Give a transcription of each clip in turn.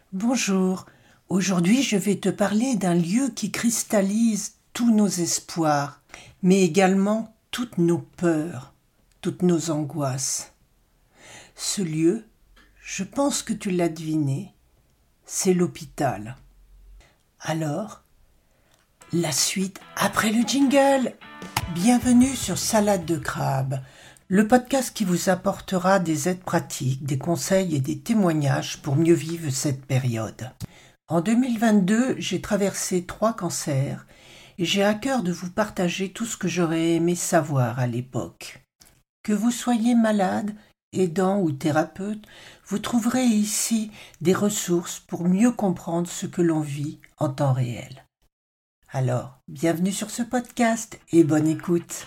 Bonjour, aujourd'hui je vais te parler d'un lieu qui cristallise tous nos espoirs, mais également toutes nos peurs, toutes nos angoisses. Ce lieu, je pense que tu l'as deviné, c'est l'hôpital. Alors, la suite après le jingle. Bienvenue sur Salade de crabe, le podcast qui vous apportera des aides pratiques, des conseils et des témoignages pour mieux vivre cette période. En 2022, j'ai traversé 3 cancers et j'ai à cœur de vous partager tout ce que j'aurais aimé savoir à l'époque. Que vous soyez malade, aidant ou thérapeute, vous trouverez ici des ressources pour mieux comprendre ce que l'on vit en temps réel. Alors, bienvenue sur ce podcast et bonne écoute.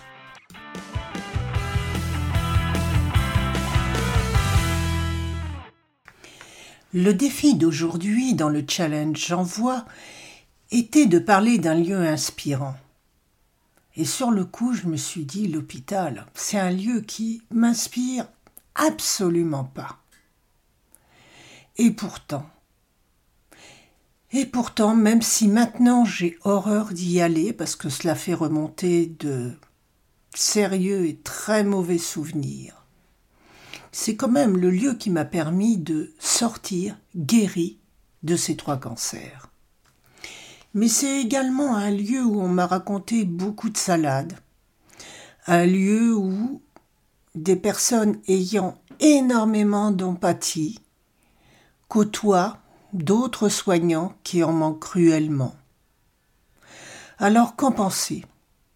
Le défi d'aujourd'hui dans le challenge J'envoie était de parler d'un lieu inspirant. Et sur le coup, je me suis dit, l'hôpital, c'est un lieu qui m'inspire absolument pas. Et pourtant, même si maintenant j'ai horreur d'y aller parce que cela fait remonter de sérieux et très mauvais souvenirs, c'est quand même le lieu qui m'a permis de sortir guéri de ces 3 cancers. Mais c'est également un lieu où on m'a raconté beaucoup de salades, un lieu où des personnes ayant énormément d'empathie côtoient d'autres soignants qui en manquent cruellement. Alors qu'en penser ?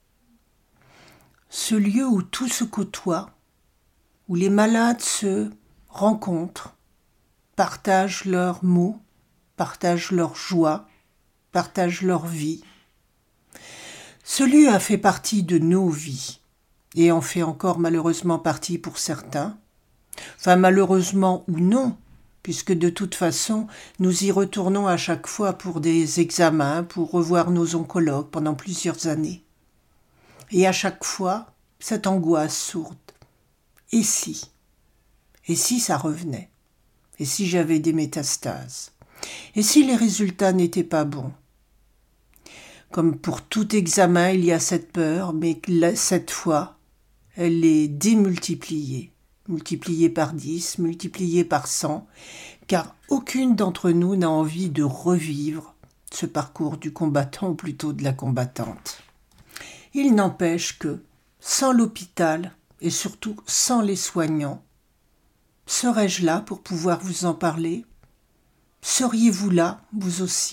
Ce lieu où tout se côtoie, où les malades se rencontrent, partagent leurs maux, partagent leur joie, partagent leur vie. Ce lieu a fait partie de nos vies et en fait encore malheureusement partie pour certains. Enfin malheureusement ou non, puisque de toute façon, nous y retournons à chaque fois pour des examens, pour revoir nos oncologues pendant plusieurs années. Et à chaque fois, cette angoisse sourde. Et si ? Et si ça revenait ? Et si j'avais des métastases ? Et si les résultats n'étaient pas bons ? Comme pour tout examen, il y a cette peur, mais cette fois, elle est démultipliée. Multipliée par 10, multipliée par 100, car aucune d'entre nous n'a envie de revivre ce parcours du combattant ou plutôt de la combattante. Il n'empêche que, sans l'hôpital et surtout sans les soignants, serais-je là pour pouvoir vous en parler ? Seriez-vous là, vous aussi ?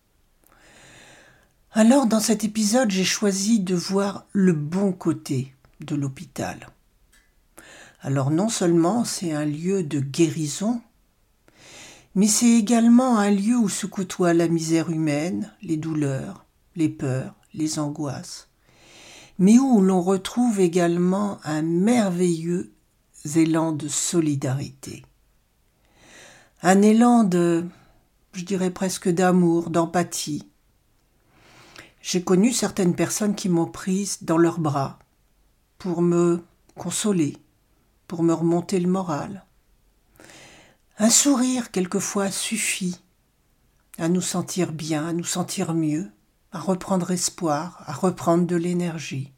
Alors, dans cet épisode, j'ai choisi de voir le bon côté de l'hôpital. Alors, non seulement c'est un lieu de guérison, mais c'est également un lieu où se côtoient la misère humaine, les douleurs, les peurs, les angoisses, mais où l'on retrouve également un merveilleux élan de solidarité. Un élan je dirais presque d'amour, d'empathie. J'ai connu certaines personnes qui m'ont prise dans leurs bras pour me consoler, pour me remonter le moral. Un sourire, quelquefois, suffit à nous sentir bien, à nous sentir mieux, à reprendre espoir, à reprendre de l'énergie.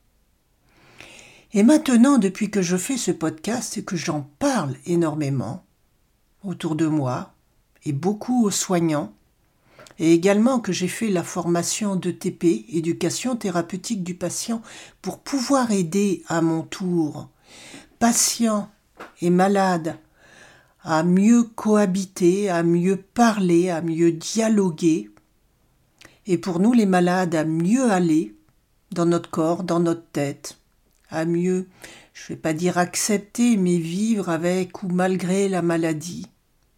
Et maintenant, depuis que je fais ce podcast et que j'en parle énormément autour de moi, et beaucoup aux soignants, et également que j'ai fait la formation d'ETP, éducation thérapeutique du patient, pour pouvoir aider à mon tour patients et malades à mieux cohabiter, à mieux parler, à mieux dialoguer, et pour nous les malades à mieux aller dans notre corps, dans notre tête, à mieux, je ne vais pas dire accepter, mais vivre avec ou malgré la maladie.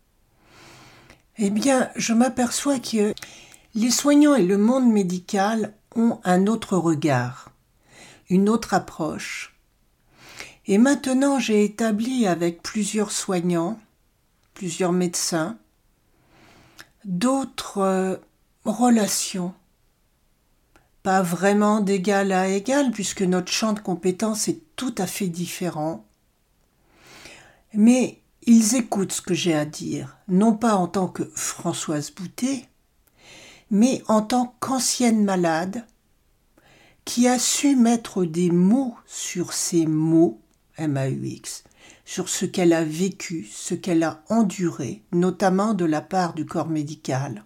Eh bien, je m'aperçois que les soignants et le monde médical ont un autre regard, une autre approche. Et maintenant, j'ai établi avec plusieurs soignants, plusieurs médecins, d'autres relations, pas vraiment d'égal à égal, puisque notre champ de compétences est tout à fait différent. Mais ils écoutent ce que j'ai à dire, non pas en tant que Françoise Boutet, mais en tant qu'ancienne malade qui a su mettre des mots sur ces mots, MAUX, sur ce qu'elle a vécu, ce qu'elle a enduré, notamment de la part du corps médical,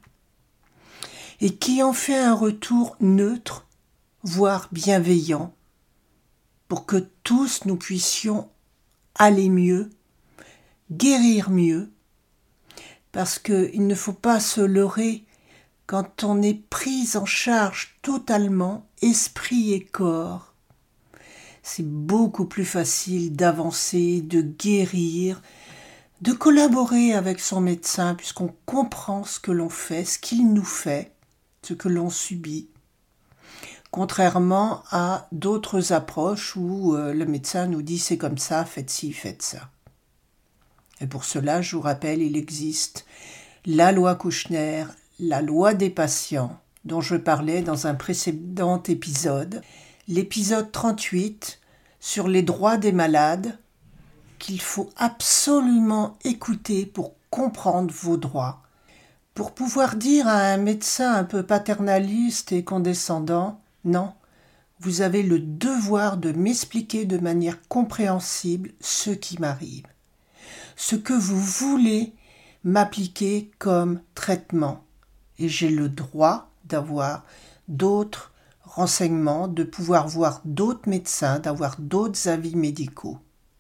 et qui en fait un retour neutre, voire bienveillant, pour que tous nous puissions aller mieux, guérir mieux, parce qu'il ne faut pas se leurrer quand on est pris en charge totalement, esprit et corps. C'est beaucoup plus facile d'avancer, de guérir, de collaborer avec son médecin puisqu'on comprend ce que l'on fait, ce qu'il nous fait, ce que l'on subit. Contrairement à d'autres approches où le médecin nous dit c'est comme ça, faites ci, faites ça. Et pour cela, je vous rappelle, il existe la loi Kouchner, la loi des patients, dont je parlais dans un précédent épisode, l'épisode 38 sur les droits des malades, qu'il faut absolument écouter pour comprendre vos droits. Pour pouvoir dire à un médecin un peu paternaliste et condescendant, non, vous avez le devoir de m'expliquer de manière compréhensible ce qui m'arrive, ce que vous voulez m'appliquer comme traitement. Et j'ai le droit d'avoir d'autres renseignements, de pouvoir voir d'autres médecins, d'avoir d'autres avis médicaux.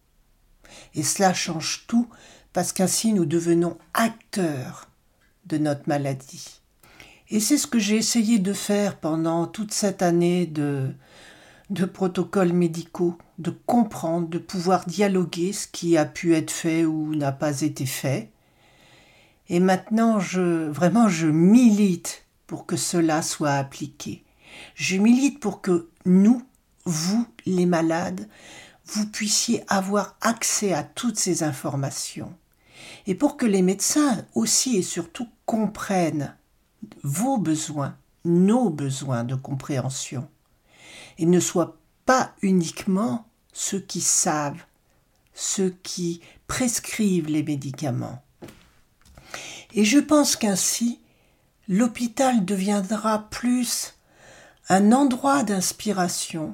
Et cela change tout parce qu'ainsi nous devenons acteurs de notre maladie. Et c'est ce que j'ai essayé de faire pendant toute cette année de protocoles médicaux, de comprendre, de pouvoir dialoguer ce qui a pu être fait ou n'a pas été fait. Et maintenant, je milite pour que cela soit appliqué. Je milite pour que nous, vous, les malades, vous puissiez avoir accès à toutes ces informations. Et pour que les médecins aussi et surtout comprennent vos besoins, nos besoins de compréhension, et ne soient pas uniquement ceux qui savent, ceux qui prescrivent les médicaments. Et je pense qu'ainsi, l'hôpital deviendra plus un endroit d'inspiration,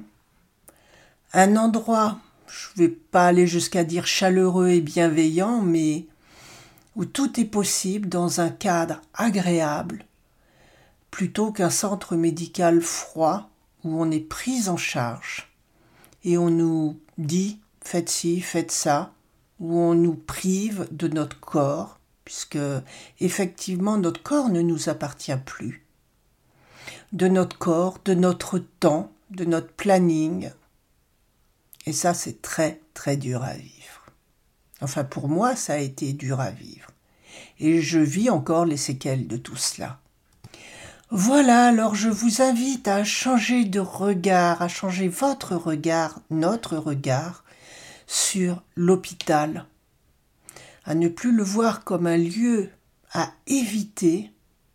un endroit, je ne vais pas aller jusqu'à dire chaleureux et bienveillant, mais où tout est possible dans un cadre agréable, plutôt qu'un centre médical froid où on est pris en charge et on nous dit « faites ci, faites ça », où on nous prive de notre corps, puisque effectivement notre corps ne nous appartient plus, de notre corps, de notre temps, de notre planning. Et ça, c'est très, très dur à vivre. Enfin, pour moi, ça a été dur à vivre. Et je vis encore les séquelles de tout cela. Voilà, alors je vous invite à changer de regard, à changer votre regard, notre regard, sur l'hôpital, à ne plus le voir comme un lieu à éviter,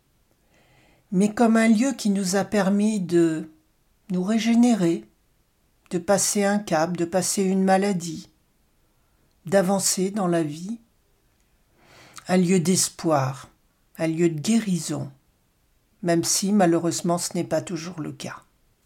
mais comme un lieu qui nous a permis de nous régénérer, de passer un cap, de passer une maladie, d'avancer dans la vie, un lieu d'espoir, un lieu de guérison, même si malheureusement ce n'est pas toujours le cas.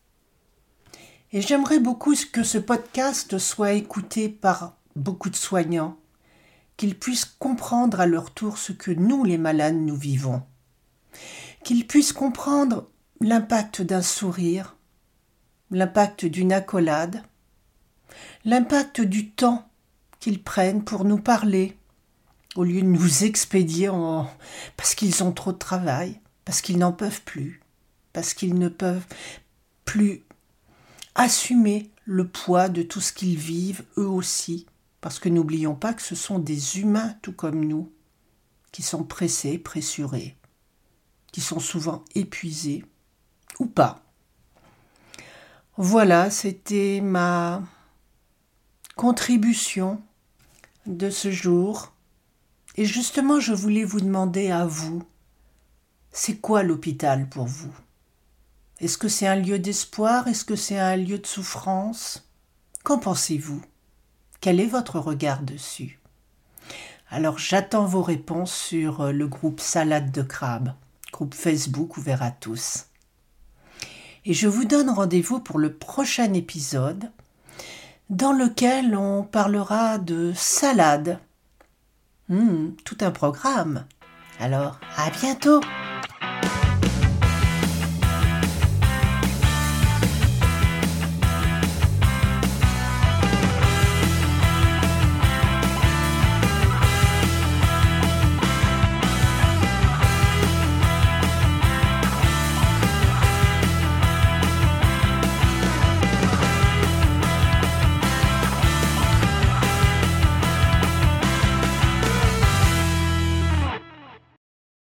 Et j'aimerais beaucoup que ce podcast soit écouté par beaucoup de soignants, qu'ils puissent comprendre à leur tour ce que nous, les malades, nous vivons, qu'ils puissent comprendre l'impact d'un sourire, l'impact d'une accolade, l'impact du temps qu'ils prennent pour nous parler, au lieu de nous expédier parce qu'ils ont trop de travail, parce qu'ils n'en peuvent plus, parce qu'ils ne peuvent plus assumer le poids de tout ce qu'ils vivent eux aussi, parce que n'oublions pas que ce sont des humains tout comme nous, qui sont pressés, pressurés, qui sont souvent épuisés, ou pas. Voilà, c'était ma contribution de ce jour. Et justement, je voulais vous demander à vous, c'est quoi l'hôpital pour vous ? Est-ce que c'est un lieu d'espoir ? Est-ce que c'est un lieu de souffrance ? Qu'en pensez-vous ? Quel est votre regard dessus ? Alors j'attends vos réponses sur le groupe Salade de crabe, groupe Facebook ouvert à tous. Et je vous donne rendez-vous pour le prochain épisode dans lequel on parlera de salade. Tout un programme. Alors, à bientôt!